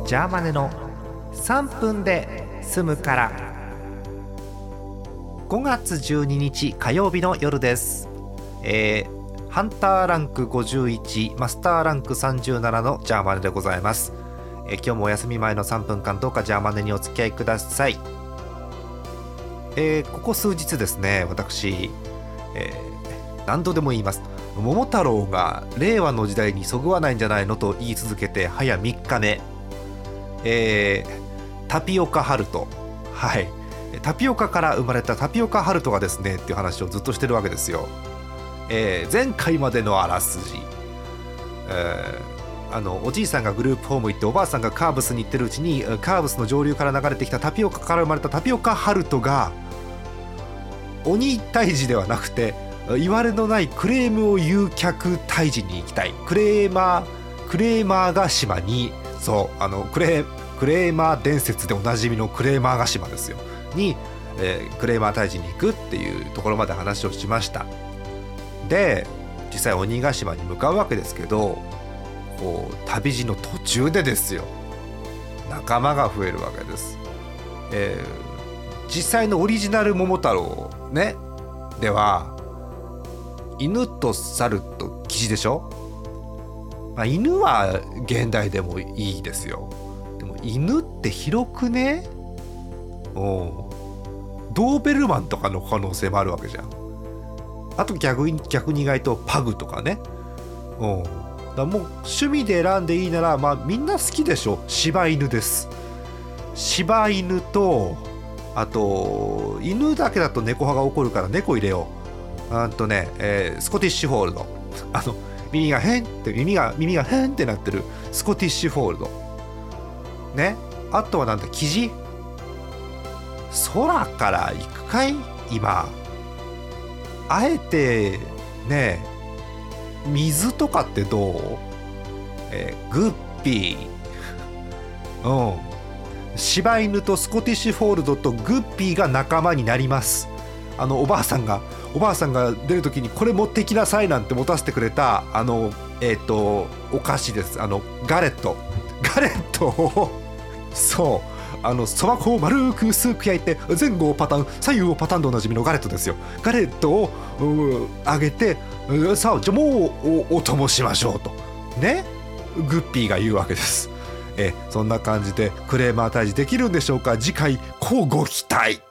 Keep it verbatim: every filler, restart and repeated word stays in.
ジャーマネのさんぷんで済むから。ごがつじゅうににち火曜日の夜です。えー、ハンターランクごじゅういち、マスターランクさんじゅうななのジャーマネでございます。えー、今日もお休み前のさんぷんかんどうかジャーマネにお付き合いください。えー、ここ数日ですね、私、えー、何度でも言います。桃太郎が令和の時代にそぐわないんじゃないのと言い続けて早みっかめ、えー、タピオカハルト、はい、タピオカから生まれたタピオカハルトがですねっていう話をずっとしてるわけですよ。えー、前回までのあらすじ、えー、あのおじいさんがグループホーム行っておばあさんがカーブスに行ってるうちにカーブスの上流から流れてきたタピオカから生まれたタピオカハルトが鬼退治ではなくて言われのないクレームを言う客退治に行きたい。クレーマークレーマーが島に、そうあのクレークレーマー伝説でおなじみのクレーマーが島ですよに、えー、クレーマー退治に行くっていうところまで話をしました。で実際鬼ヶ島に向かうわけですけど、こう旅路の途中でですよ、仲間が増えるわけです。えー、実際のオリジナル桃太郎ねでは犬と猿とキジでしょ。まあ、犬は現代でもいいですよ。でも犬って広くね、おドーベルマンとかの可能性もあるわけじゃん。あと逆に逆に意外とパグとかね。おだもう趣味で選んでいいなら、まあみんな好きでしょ。柴犬です。柴犬とあと犬だけだと猫派が起こるから猫入れよう。あとね、えー、スコティッシュフォールド、あの耳がへんって耳が耳がへんってなってるスコティッシュフォールドね。あとはなんだキジ、空から行くかい今。あえてね水とかってどう？えー、グッピーうん柴犬とスコティッシュフォールドとグッピーが仲間になります。あのおばあさんがおばあさんが出るときにこれ持ってきなさいなんて持たせてくれたあのえっ、ー、とお菓子です。あのガレットガレットをそうあのそば粉を丸く薄く焼いて前後をパターン左右をパターンでおなじみのガレットですよ。ガレットを揚げて、さあじゃあもう お, お供しましょうとねグッピーが言うわけです。えそんな感じでクレーマー退治できるんでしょうか。次回乞うご期待。